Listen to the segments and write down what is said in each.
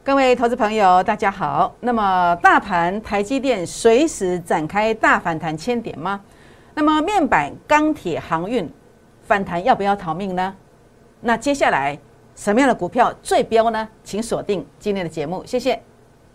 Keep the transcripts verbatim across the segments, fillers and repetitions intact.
各位投资朋友，大家好。那么，大盘台积电随时展开大反弹千点吗？那么，面板、钢铁、航运反弹要不要逃命呢？那接下来什么样的股票最标呢？请锁定今天的节目，谢谢。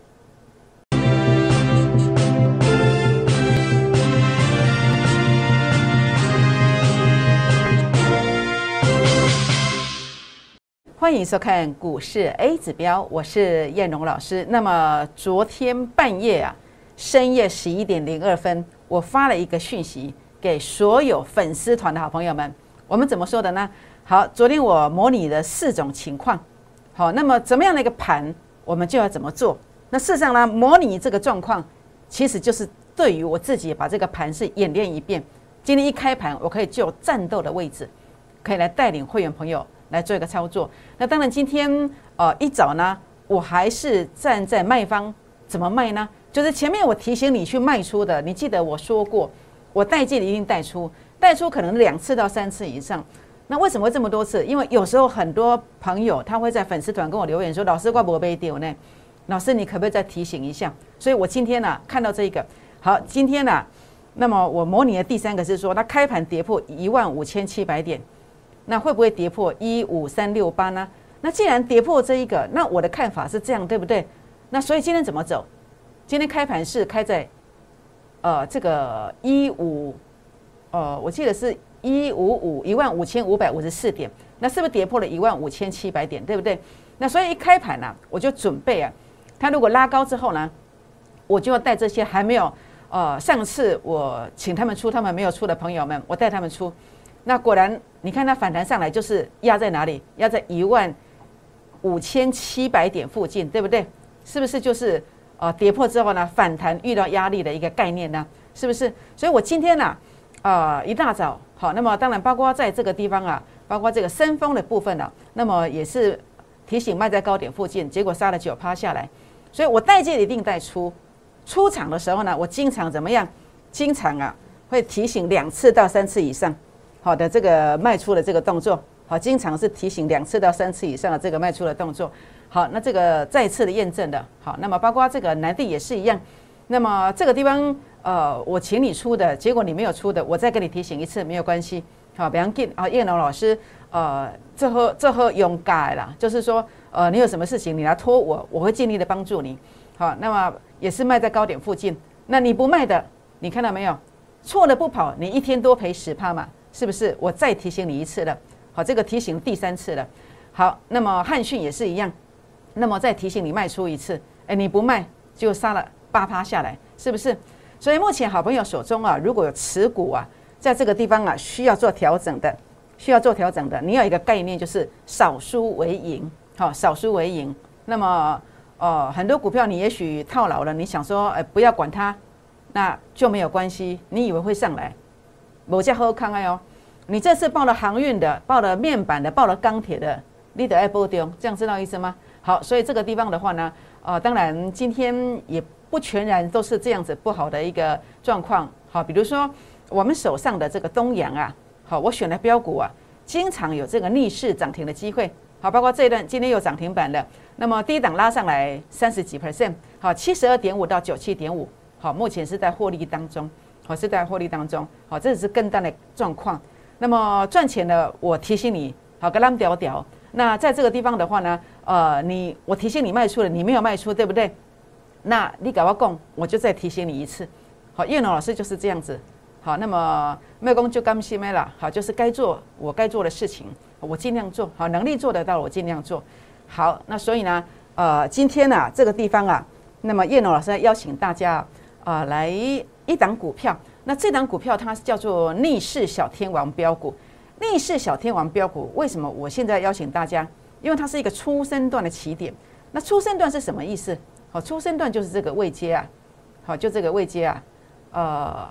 欢迎收看股市 A 指标，我是燕荣老师。那么昨天半夜啊，深夜十一点零二分，我发了一个讯息给所有粉丝团的好朋友们。我们怎么说的呢？好，昨天我模拟了四种情况。好，那么怎么样的一个盘，我们就要怎么做？那事实上呢，模拟这个状况，其实就是对于我自己把这个盘是演练一遍。今天一开盘，我可以就战斗的位置，可以来带领会员朋友来做一个操作。那当然，今天呃一早呢，我还是站在卖方，怎么卖呢？就是前面我提醒你去卖出的，你记得我说过，我带进一定带出，带出可能两次到三次以上。那为什么会这么多次？因为有时候很多朋友他会在粉丝团跟我留言说：“老师，怪不被丢呢？老师，你可不可以再提醒一下？”所以我今天呢、啊、看到这个，好，今天呢、啊，那么我模拟的第三个是说，它开盘跌破一万五千七百点。那会不会跌破一五三六八呢？那既然跌破这一个，那我的看法是这样，对不对？那所以今天怎么走？今天开盘是开在呃这个一五呃，我记得是一五五一万五千五百五十四点，那是不是跌破了一万五千七百点，对不对？那所以一开盘呢、啊，我就准备啊，它如果拉高之后呢，我就要带这些还没有呃上次我请他们出，他们没有出的朋友们，我带他们出。那果然，你看它反弹上来就是压在哪里？压在一万五千七百点附近，对不对？是不是就是呃跌破之后呢，反弹遇到压力的一个概念呢？是不是？所以我今天呢、啊，呃一大早好，那么当然包括在这个地方啊，包括这个升风的部分啊，那么也是提醒卖在高点附近，结果杀了九趴下来，所以我带进一定带出，出场的时候呢，我经常怎么样？经常啊会提醒两次到三次以上。好的，这个卖出的这个动作，好，经常是提醒两次到三次以上的这个卖出的动作。好，那这个再次的验证的，好，那么包括这个南地也是一样。那么这个地方，呃，我请你出的，结果你没有出的，我再跟你提醒一次，没有关系。好，不要紧啊，叶龙老师，呃，这后这后勇敢啦，就是说，呃，你有什么事情你来托我，我会尽力的帮助你。好，那么也是卖在高点附近，那你不卖的，你看到没有？错了不跑，你一天多赔十趴嘛。是不是？我再提醒你一次了，好，这个提醒第三次了。好，那么汉讯也是一样，那么再提醒你卖出一次，哎，你不卖就杀了八趴下来，是不是？所以目前好朋友手中啊，如果有持股啊，在这个地方啊需要做调整的，需要做调整的，你有一个概念就是少输为赢，好，少输为赢。那么呃，很多股票你也许套牢了，你想说，哎，不要管它，那就没有关系，你以为会上来？某家好康哎哦，你这次报了航运的，报了面板的，报了钢铁的，你得爱波丢，这样知道意思吗？好，所以这个地方的话呢，呃，当然今天也不全然都是这样子不好的一个状况。好，比如说我们手上的这个东阳啊，好，我选的标股啊，经常有这个逆势涨停的机会。好，包括这一段今天有涨停板的，那么低档拉上来三十几 percent， 好，七十二点五到九七点五，好，目前是在获利当中。好，是在获利当中，好，这是更大的状况。那么赚钱的，我提醒你，好，跟他们屌屌。那在这个地方的话呢，呃，你我提醒你卖出了，你没有卖出，对不对？那你给我讲，我就再提醒你一次。好，叶龙老师就是这样子。好，那么卖工就甘心没了。好，就是该做我该做的事情，我尽量做。好，能力做得到，我尽量做。好，那所以呢，呃，今天啊这个地方啊，那么叶龙老师邀请大家啊、呃、来。一档股票，那这档股票它是叫做逆势小天王标股。逆势小天王标股，为什么我现在邀请大家？因为它是一个初升段的起点。那初升段是什么意思？好，初升段就是这个位阶啊，好，就这个位阶啊，呃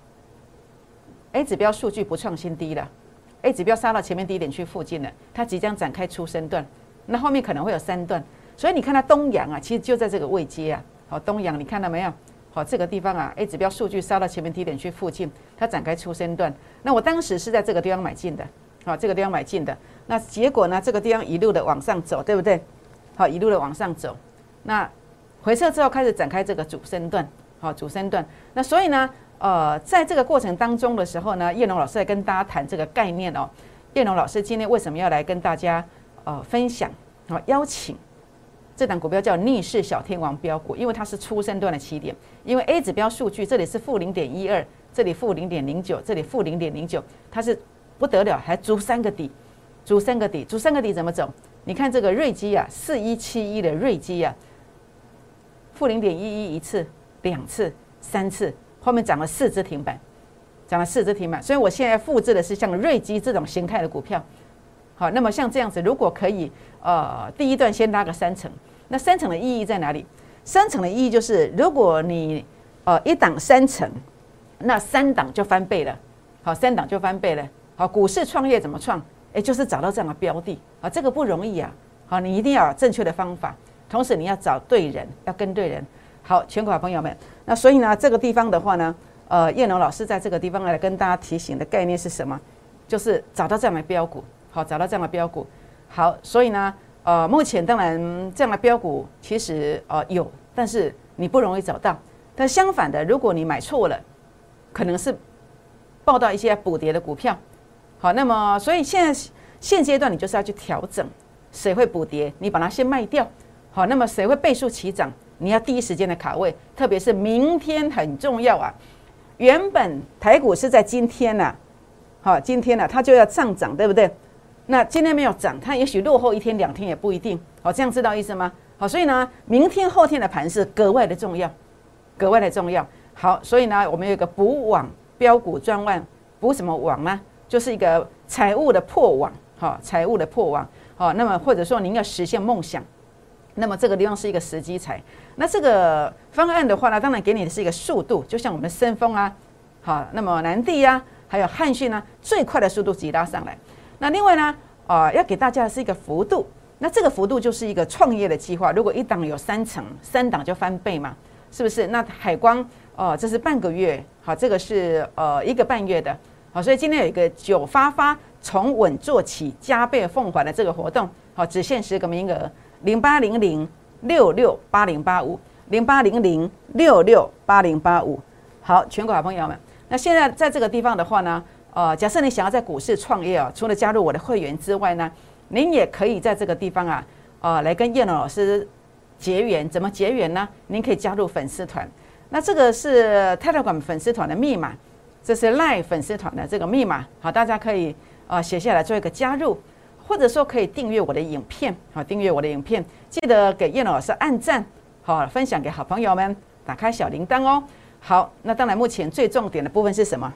，A 指标数据不创新低了 ，A 指标杀到前面低点区附近了，它即将展开初升段，那后面可能会有三段，所以你看它东阳啊，其实就在这个位阶啊，好，东阳你看到没有？好，这个地方啊 ，A 指标数据杀到前面低点区附近，它展开初升段。那我当时是在这个地方买进的，好，这个地方买进的。那结果呢，这个地方一路的往上走，对不对？好，一路的往上走。 那回撤之后开始展开这个主升段，好，主升段。那所以呢，呃，在这个过程当中的时候呢，叶龙老师在跟大家谈这个概念哦。叶龙老师今天为什么要来跟大家呃分享？好，邀请这档股票叫逆势小天王标股，因为它是初升段的起点。因为 A 指标数据这里是负零点一二，这里负零点零九，这里负零点零九，它是不得了，还足三个底，足三个底，足三个底怎么走？你看这个瑞基啊，四一七一的瑞基啊，负零点一一一次、两次、三次，后面涨了四只停板，涨了四只停板。所以我现在复制的是像瑞基这种形态的股票。好，那么像这样子，如果可以，呃，第一段先拉个三成，那三成的意义在哪里？三成的意义就是，如果你呃一档三成，那三档就翻倍了。好，三档就翻倍了。好，股市创业怎么创？哎，就是找到这样的标的啊，这个不容易啊。好，你一定要有正确的方法，同时你要找对人，要跟对人。好，全国好朋友们，那所以呢，这个地方的话呢，呃，叶龙老师在这个地方来跟大家提醒的概念是什么？就是找到这样的标股。好，找到这样的标股。好，所以呢，呃，目前当然这样的标股其实呃有，但是你不容易找到。但相反的，如果你买错了，可能是报到一些补跌的股票。好，那么所以现在现阶段你就是要去调整，谁会补跌，你把它先卖掉。好，那么谁会倍数起涨，你要第一时间的卡位，特别是明天很重要啊。原本台股是在今天呐、啊，好，今天呢、啊、它就要上涨，对不对？那今天没有涨，它也许落后一天两天也不一定。好，这样知道意思吗？好，所以呢，明天后天的盘是格外的重要，格外的重要。好，所以呢，我们有一个补网标股专案，补什么网呢？就是一个财务的破网，好，财务的破网。好，那么或者说您要实现梦想，那么这个地方是一个时机财。那这个方案的话呢，当然给你的是一个速度，就像我们的深丰啊，好，那么南地啊，还有汉讯啊，最快的速度急拉上来。那另外呢，呃，要给大家的是一个幅度，那这个幅度就是一个创业的计划。如果一档有三成，三档就翻倍嘛，是不是？那海光，哦、呃，这是半个月，好，这个是呃一个半月的，好，所以今天有一个九发发从稳做起，加倍奉还的这个活动，好，只限十个名额，零八零零六六八零八五，零八零零六六八零八五。好，全国好朋友们，那现在在这个地方的话呢？呃，假设你想要在股市创业啊，除了加入我的会员之外呢，您也可以在这个地方啊，呃，来跟叶龙老师结缘。怎么结缘呢？您可以加入粉丝团。那这个是 Telegram 粉丝团的密码，这是 Line 粉丝团的这个密码。好，大家可以呃写下来做一个加入，或者说可以订阅我的影片。好，订阅我的影片，记得给叶龙老师按赞，好，分享给好朋友们，打开小铃铛哦。好，那当然目前最重点的部分是什么？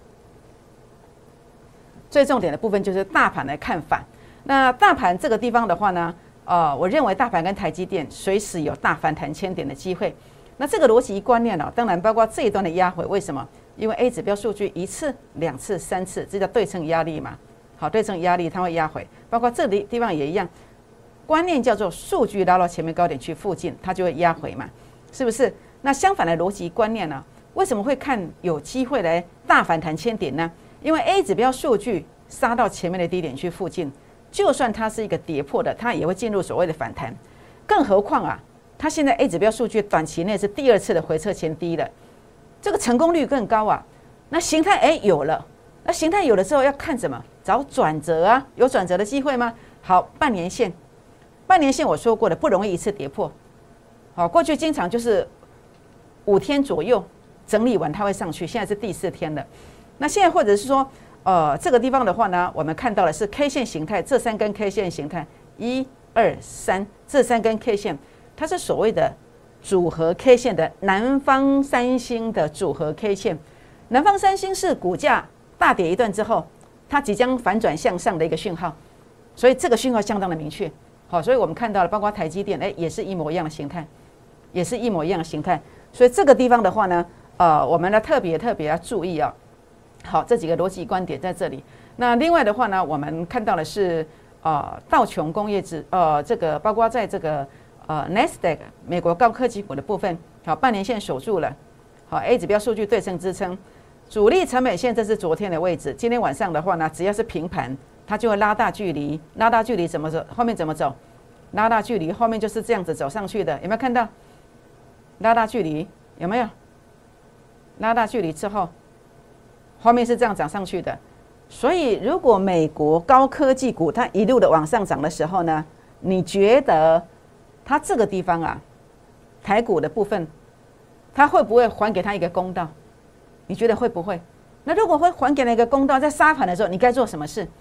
最重点的部分就是大盘的看法。那大盘这个地方的话呢，呃，我认为大盘跟台积电随时有大反弹千点的机会。那这个逻辑观念呢、哦，当然包括这一段的压回，为什么？因为 A 指标数据一次、两次、三次，这叫对称压力嘛。好，对称压力它会压回，包括这里地方也一样。观念叫做数据拉到前面高点区附近，它就会压回嘛，是不是？那相反的逻辑观念呢，为什么会看有机会来大反弹千点呢？因为 A 指标数据杀到前面的低点区附近，就算它是一个跌破的，它也会进入所谓的反弹。更何况啊，它现在 A 指标数据短期内是第二次的回撤前低了，这个成功率更高啊。那形态哎有了，那形态有了之后要看什么？找转折啊，有转折的机会吗？好，半年线，半年线我说过的不容易一次跌破。好，过去经常就是五天左右整理完它会上去，现在是第四天了。那现在或者是说，呃，这个地方的话呢，我们看到的是 K 线形态，这三根 K 线形态，一、二、三，这三根 K 线，它是所谓的组合 K 线的南方三星的组合 K 线。南方三星是股价大跌一段之后，它即将反转向上的一个讯号，所以这个讯号相当的明确。好，所以我们看到了，包括台积电，哎，也是一模一样的形态，也是一模一样的形态。所以这个地方的话呢，呃，我们呢特别特别要注意啊。好，这几个逻辑观点在这里。那另外的话呢，我们看到的是呃道琼工业指呃这个包括在这个呃 Nasdaq 美国高科技股的部分，好，半年线守住了。好 ，A 指标数据对称支撑，主力成本线这是昨天的位置。今天晚上的话呢，只要是平盘，它就会拉大距离，拉大距离怎么走？后面怎么走？ 拉大距离，后面就是这样子走上去的，有没有看到？拉大距离有没有？拉大距离之后，后面是这样涨上去的。所以，如果美国高科技股它一路的往上涨的时候呢，你觉得它这个地方啊，台股的部分，它会不会还给它一个公道？你觉得会不会？那如果会还给了一个公道，在杀盘的时候，你该做什么事？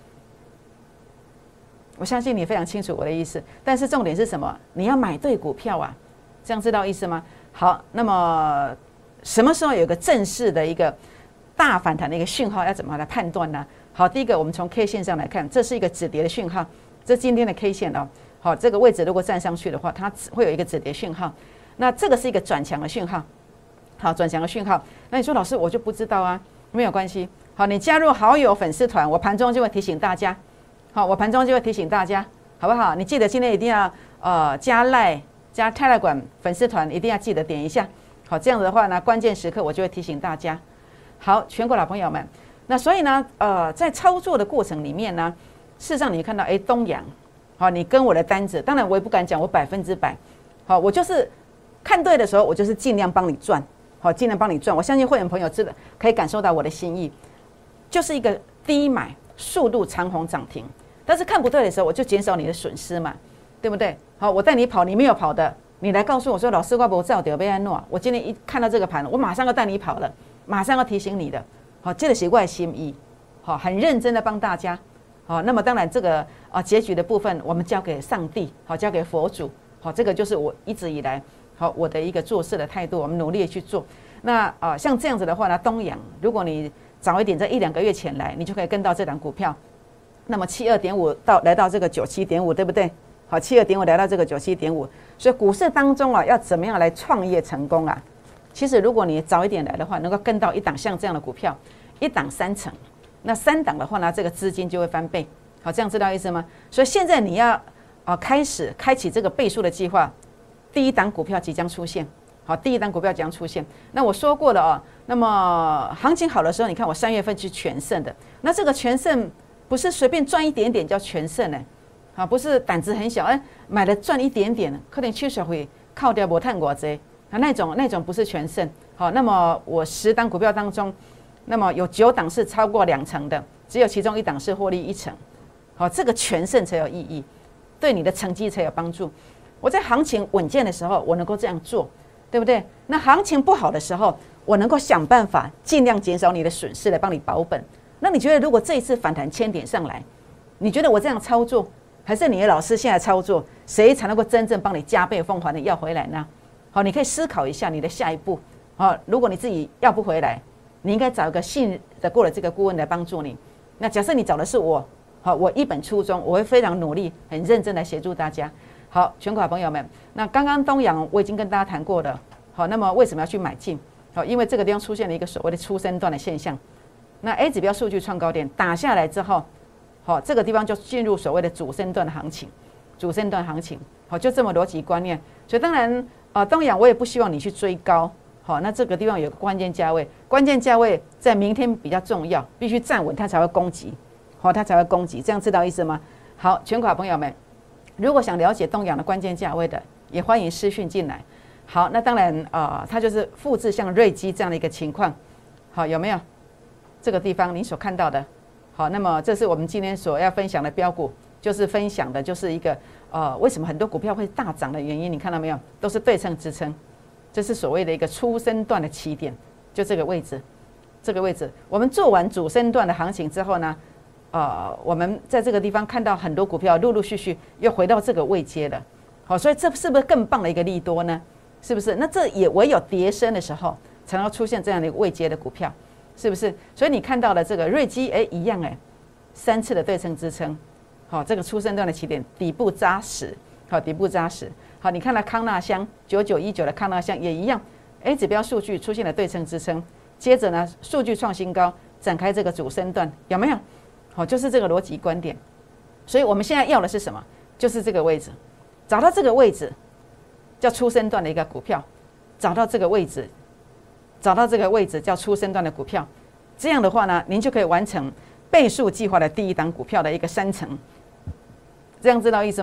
我相信你非常清楚我的意思。但是重点是什么？你要买对股票啊，这样知道意思吗？好，那么什么时候有个正式的一个大反弹的一个讯号，要怎么来判断呢？好，第一个我们从 K 线上来看，这是一个止跌的讯号，这今天的 K 线哦。好，这个位置如果站上去的话，它会有一个止跌讯号。那这个是一个转强的讯号。好，转强的讯号。那你说老师我就不知道啊，没有关系。好，你加入好友粉丝团，我盘中就会提醒大家。好，我盘中就会提醒大家，好不好？你记得今天一定要呃加 Line 加 Telegram 粉丝团，一定要记得点一下。好，这样子的话呢，关键时刻我就会提醒大家。好，全国老朋友们，那所以呢，呃，在操作的过程里面呢，事实上你看到，哎，东阳，好，你跟我的单子，当然我也不敢讲我百分之百，好，我就是看对的时候，我就是尽量帮你赚，好，尽量帮你赚。我相信会员朋友知道，可以感受到我的心意，就是一个低买速度长红涨停，但是看不对的时候，我就减少你的损失嘛，对不对？好，我带你跑，你没有跑的，你来告诉我说，老师我不照掉被安诺，我今天一看到这个盘，我马上要带你跑了，马上要提醒你的。好，这个是我的心意，好，很认真的帮大家，好，那么当然这个啊结局的部分，我们交给上帝，好，交给佛祖，好，这个就是我一直以来好我的一个做事的态度，我们努力去做。那啊像这样子的话呢，东阳，如果你早一点在一两个月前来，你就可以跟到这档股票，那么七二点五到来到这个九七点五，对不对？好，七二点五来到这个九七点五，所以股市当中啊，要怎么样来创业成功啊？其实，如果你早一点来的话，能够跟到一档像这样的股票，一档三成，那三档的话呢，这个资金就会翻倍。好，这样知道意思吗？所以现在你要啊开始开启这个倍数的计划，第一档股票即将出现。好，第一档股票即将出现。那我说过了哦，那么行情好的时候，你看我三月份是全胜的，那这个全胜不是随便赚一点点叫全胜呢？啊，不是胆子很小，哎，买了赚一点点，可能确实会靠掉无探过这。啊，那种那种不是全胜，好，那么我十档股票当中，那么有九档是超过两成的，只有其中一档是获利一成，好，这个全胜才有意义，对你的成绩才有帮助。我在行情稳健的时候，我能够这样做，对不对？那行情不好的时候，我能够想办法尽量减少你的损失来帮你保本。那你觉得如果这一次反弹千点上来，你觉得我这样操作，还是你的老师现在操作，谁才能够真正帮你加倍奉还的要回来呢？好，你可以思考一下你的下一步。好，如果你自己要不回来，你应该找一个信得过的这个顾问来帮助你。那假设你找的是我，好，我一本初衷，我会非常努力、很认真来协助大家。好，全国好朋友们，那刚刚东阳我已经跟大家谈过了。好，那么为什么要去买进？好，因为这个地方出现了一个所谓的初升段的现象。那 A 指标数据创高点打下来之后，好，这个地方就进入所谓的主升段的行情，主升段行情。好，就这么逻辑观念。所以当然。啊，东阳我也不希望你去追高，好，那这个地方有个关键价位，关键价位在明天比较重要，必须站稳它才会攻击，好，它才会攻击，这样知道意思吗？好，全国好朋友们，如果想了解东阳的关键价位的，也欢迎私讯进来。好，那当然啊、呃，它就是复制像瑞基这样的一个情况，好，有没有？这个地方你所看到的，好，那么这是我们今天所要分享的标股，就是分享的就是一个。呃，为什么很多股票会大涨的原因，你看到没有？都是对称支撑，这是所谓的一个初升段的起点，就这个位置，这个位置。我们做完主升段的行情之后呢，呃，我们在这个地方看到很多股票陆陆续续又回到这个位阶了，好，所以这是不是更棒的一个利多呢？是不是？那这也唯有跌升的时候，才能出现这样的一个位阶的股票，是不是？所以你看到了这个瑞基，哎，一样哎，三次的对称支撑。好，这个初升段的起点底部扎实，好，底部扎实。好，你看到康纳香九九一九的康纳香也一样 ，A 指标数据出现了对称支撑，接着呢，数据创新高，展开这个主升段，有没有？好，就是这个逻辑观点。所以我们现在要的是什么？就是这个位置，找到这个位置叫初升段的一个股票，找到这个位置，找到这个位置叫初升段的股票，这样的话呢，您就可以完成倍数计划的第一档股票的一个三成。这样知道意思吗？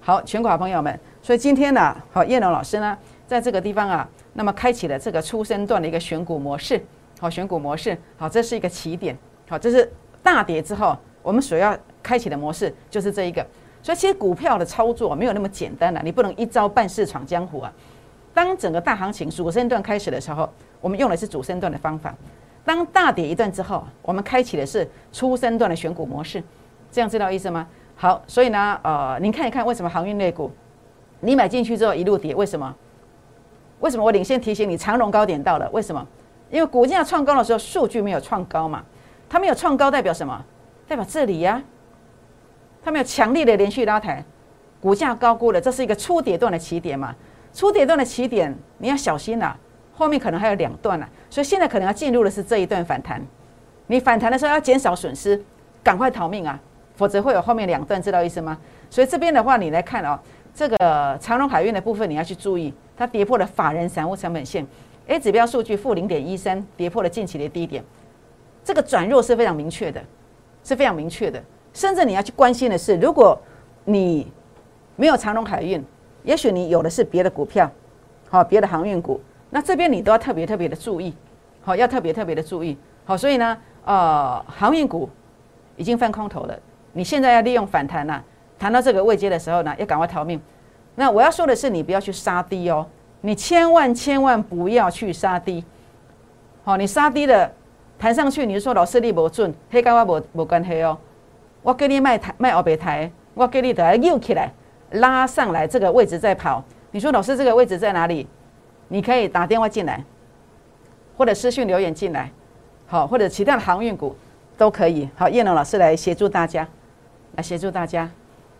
好，全国好朋友们，所以今天呢、啊，好，叶龙老师呢，在这个地方啊，那么开启了这个初升段的一个选股模式，好，选股模式，好，这是一个起点，好，这是大跌之后我们所要开启的模式，就是这一个。所以其实股票的操作没有那么简单啊，你不能一招半式闯江湖啊。当整个大行情主升段开始的时候，我们用的是主升段的方法；当大跌一段之后，我们开启的是初升段的选股模式。这样知道意思吗？好，所以呢，呃，您看一看为什么航运类股你买进去之后一路跌，为什么？为什么我领先提醒你长荣高点到了？为什么？因为股价创高的时候，数据没有创高嘛，它没有创高代表什么？代表这里呀、啊，它没有强力的连续拉抬，股价高估了，这是一个初跌段的起点嘛。初跌段的起点，你要小心啊，后面可能还有两段啊，所以现在可能要进入的是这一段反弹。你反弹的时候要减少损失，赶快逃命啊！否则会有后面两段，知道意思吗？所以这边的话，你来看哦，这个长荣海运的部分你要去注意，它跌破了法人散户成本线 ，A 指标数据负零点一三，跌破了近期的低点，这个转弱是非常明确的，是非常明确的。甚至你要去关心的是，如果你没有长荣海运，也许你有的是别的股票，好，别的航运股，那这边你都要特别特别的注意，好，要特别特别的注意，好，所以呢，呃，航运股已经翻空头了。你现在要利用反弹呐、啊，谈到这个位阶的时候呢，要赶快逃命。那我要说的是，你不要去杀低哦，你千万千万不要去杀低。好、哦，你杀低了，弹上去，你就说老师你无准，黑跟我无无关系哦。我给你卖台卖后白台，我给你的扭起来，拉上来这个位置再跑。你说老师这个位置在哪里？你可以打电话进来，或者私讯留言进来，好，或者其他的航运股都可以。好，叶龙老师来协助大家。来协助大家。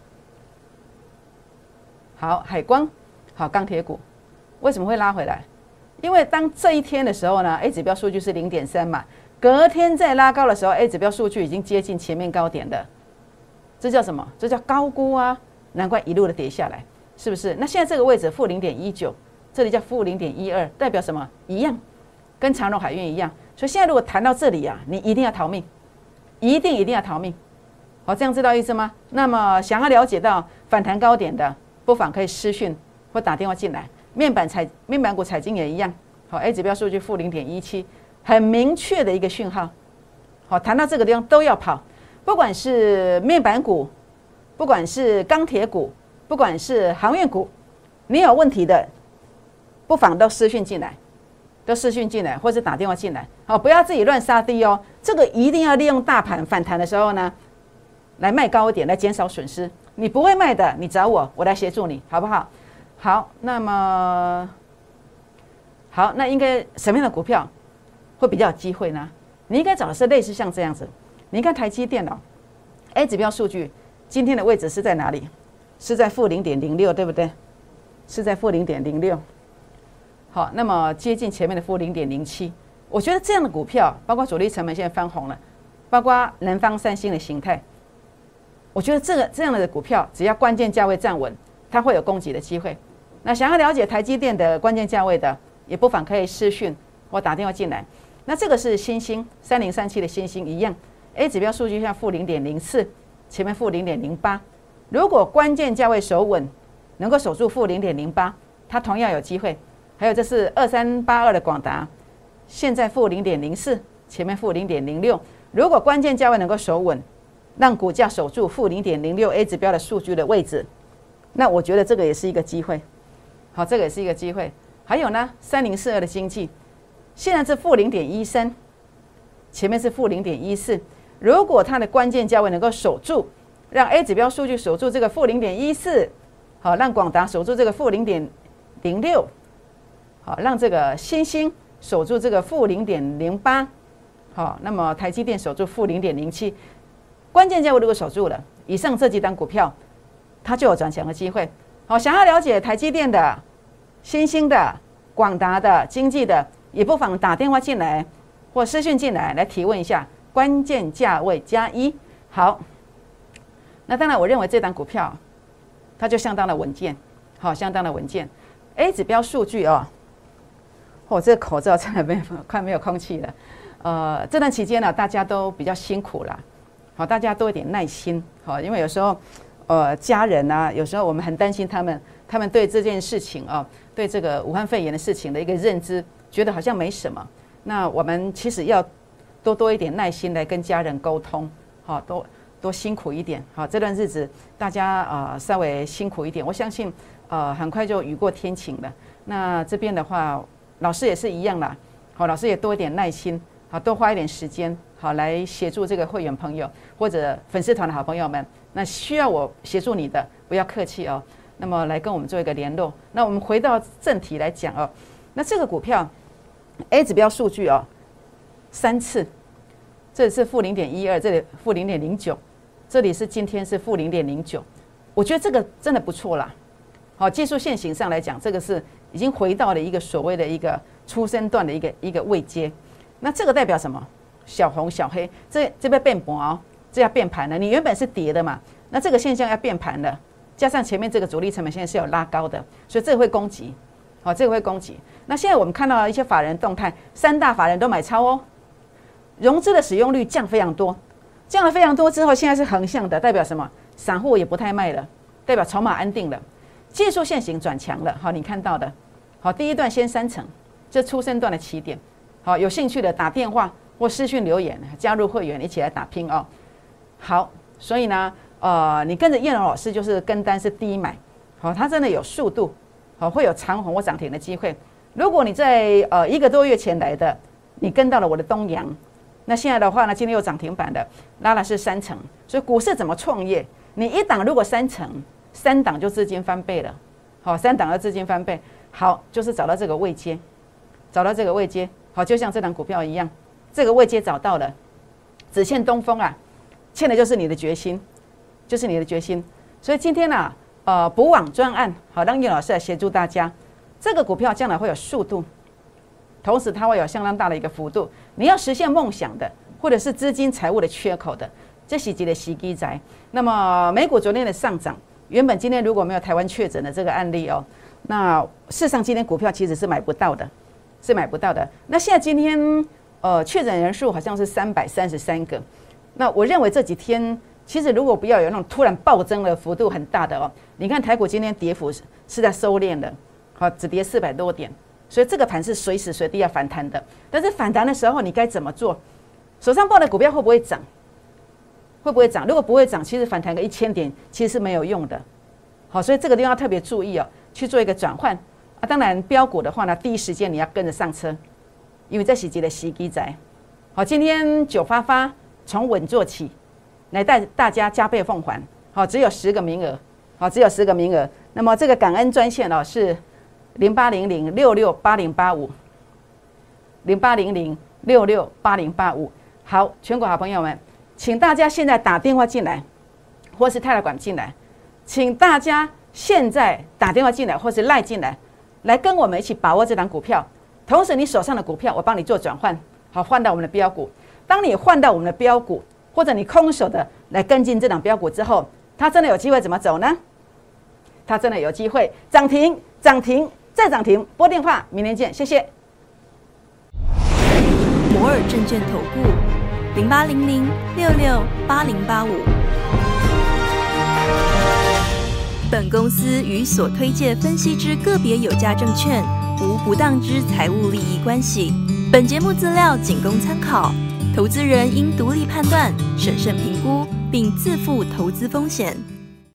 好，海光，好，钢铁股为什么会拉回来？因为当这一天的时候呢 ，A 指标数据是 零点三 嘛，隔天再拉高的时候 ，A 指标数据已经接近前面高点的，这叫什么？这叫高估啊！难怪一路的跌下来，是不是？那现在这个位置负 零点一九， 这里叫负 零点一二， 代表什么？一样，跟长荣海运一样。所以现在如果谈到这里啊，你一定要逃命，一定一定要逃命。好，这样知道意思吗？那么想要了解到反弹高点的，不妨可以私讯或打电话进来。面板彩面板股彩晶也一样，好 ，A 指标数据负 零点一七， 很明确的一个讯号。好，谈到这个地方都要跑，不管是面板股，不管是钢铁股，不管是航运股，你有问题的，不妨都私讯进来，都私讯进来，或者打电话进来。好，不要自己乱杀低哦，这个一定要利用大盘反弹的时候呢，来卖高一点，来减少损失。你不会卖的，你找我，我来协助你，好不好？好，那么好，那应该什么样的股票会比较有机会呢？你应该找的是类似像这样子。你看台积电哦 ，A 指标数据今天的位置是在哪里？是在负 零点零六， 对不对？是在负 零点零六。好，那么接近前面的负 零点零七。我觉得这样的股票，包括主力成本现在翻红了，包括南方三星的形态，我觉得这个这样的股票，只要关键价位站稳，它会有攻击的机会。那想要了解台积电的关键价位的，也不妨可以私讯或打电话进来。那这个是新兴三零三七的新兴一样 ，A 指标数据像负 零点零四， 前面负 零点零八。如果关键价位守稳，能够守住负 零点零八， 它同样有机会。还有这是二三八二的广达，现在负 零点零四， 前面负 零点零六。如果关键价位能够守稳，让股价守住负 零点零六 A 指标的数据的位置，那我觉得这个也是一个机会。好，这个也是一个机会。还有呢，三零四二的经济，现在是负 零点一三， 前面是负 零点一四。如果它的关键价位能够守住，让 A 指标数据守住这个负 零点一四， 好，让广达守住这个负 零点零六， 好，让这个新兴守住这个负 零点零八， 好，那么台积电守住负 零点零七。关键价位如果守住了，以上这几档股票，它就有转强的机会。好，想要了解台积电的、新兴的、广达的、经济的，也不妨打电话进来或私讯进来，来提问一下关键价位加一。好，那当然，我认为这档股票它就相当的稳健，好，相当的稳健。A 指标数据哦，哦，这个口罩真的没有快没有空气了。呃，这段期间呢、啊，大家都比较辛苦啦。好，大家多一点耐心，好，因为有时候， 呃家人啊，有时候我们很担心他们，他们对这件事情啊，对这个武汉肺炎的事情的一个认知，觉得好像没什么。那我们其实要多多一点耐心来跟家人沟通，好，多多辛苦一点，好，这段日子大家呃稍微辛苦一点，我相信呃很快就雨过天晴了。那这边的话，老师也是一样啦，好，老师也多一点耐心，好，多花一点时间，好，来协助这个会员朋友或者粉丝团的好朋友们。那需要我协助你的，不要客气哦。那么来跟我们做一个联络。那我们回到正题来讲哦，那这个股票 A 指标数据哦，三次，这里是负零点一二，这里负零点零九，这里是今天是负零点零九，我觉得这个真的不错啦。好，技术线型上来讲，这个是已经回到了一个所谓的一个初升段的一个一个位阶。那这个代表什么？小红小黑，这这边变盘哦，这要变盘了。你原本是跌的嘛，那这个现象要变盘了，加上前面这个主力成本现在是有拉高的，所以这个会攻击。好，这个会攻击。那现在我们看到一些法人动态，三大法人都买超哦，融资的使用率降非常多，降了非常多之后，现在是横向的，代表什么？散户也不太卖了，代表筹码安定了。技术线型转强了，好，你看到的，好，第一段先三成，这初升段的起点，好，有兴趣的打电话或私讯留言加入会员，一起来打拼哦。好，所以呢，呃，你跟着燕荣老师就是跟单是低买，好，它真的有速度，好，会有长红或涨停的机会。如果你在呃一个多月前来的，你跟到了我的东阳，那现在的话呢，今天又涨停板的，拉的是三成，所以股市怎么创业？你一档如果三成。三档就资金翻倍了，好，三档的资金翻倍，好，就是找到这个位阶，找到这个位阶，好，就像这档股票一样，这个位阶找到了，只欠东风啊，欠的就是你的决心，就是你的决心。所以今天呢、啊，呃，补网专案，好，让叶老师来协助大家，这个股票将来会有速度，同时它会有相当大的一个幅度。你要实现梦想的，或者是资金财务的缺口的，这是一个时机在。那么美股昨天的上涨。原本今天如果没有台湾确诊的这个案例哦，那事实上今天股票其实是买不到的，是买不到的。那现在今天呃确诊人数好像是三百三十三个，那我认为这几天其实如果不要有那种突然暴增的幅度很大的哦，你看台股今天跌幅是在收敛的，好，只跌四百多点，所以这个盘是随时随地要反弹的。但是反弹的时候你该怎么做？手上抱的股票会不会涨？会不会涨？如果不会涨，其实反弹个一千点其实是没有用的。好，所以这个地方要特别注意哦，去做一个转换啊。当然标股的话呢，第一时间你要跟着上车，因为这是一个时机在。好，今天九发发从稳做起，来带大家加倍奉还。好，只有十个名额，好，只有十个名额。那么这个感恩专线哦是零八零零六六八零八五，零八零零六六八零八五。好，全国好朋友们。请大家现在打电话进来，或是泰来馆进来，请大家现在打电话进来，或是赖进来，来跟我们一起把握这档股票。同时，你手上的股票，我帮你做转换，好，换到我们的标股。当你换到我们的标股，或者你空手的来跟进这档标股之后，它真的有机会怎么走呢？它真的有机会涨停、涨停再涨停。拨电话，明天见，谢谢。 摩尔证券投顾。零八零零六六八零八五。本公司与所推介分析之个别有价证券无不当之财务利益关系。本节目资料仅供参考，投资人应独立判断、审慎评估，并自负投资风险。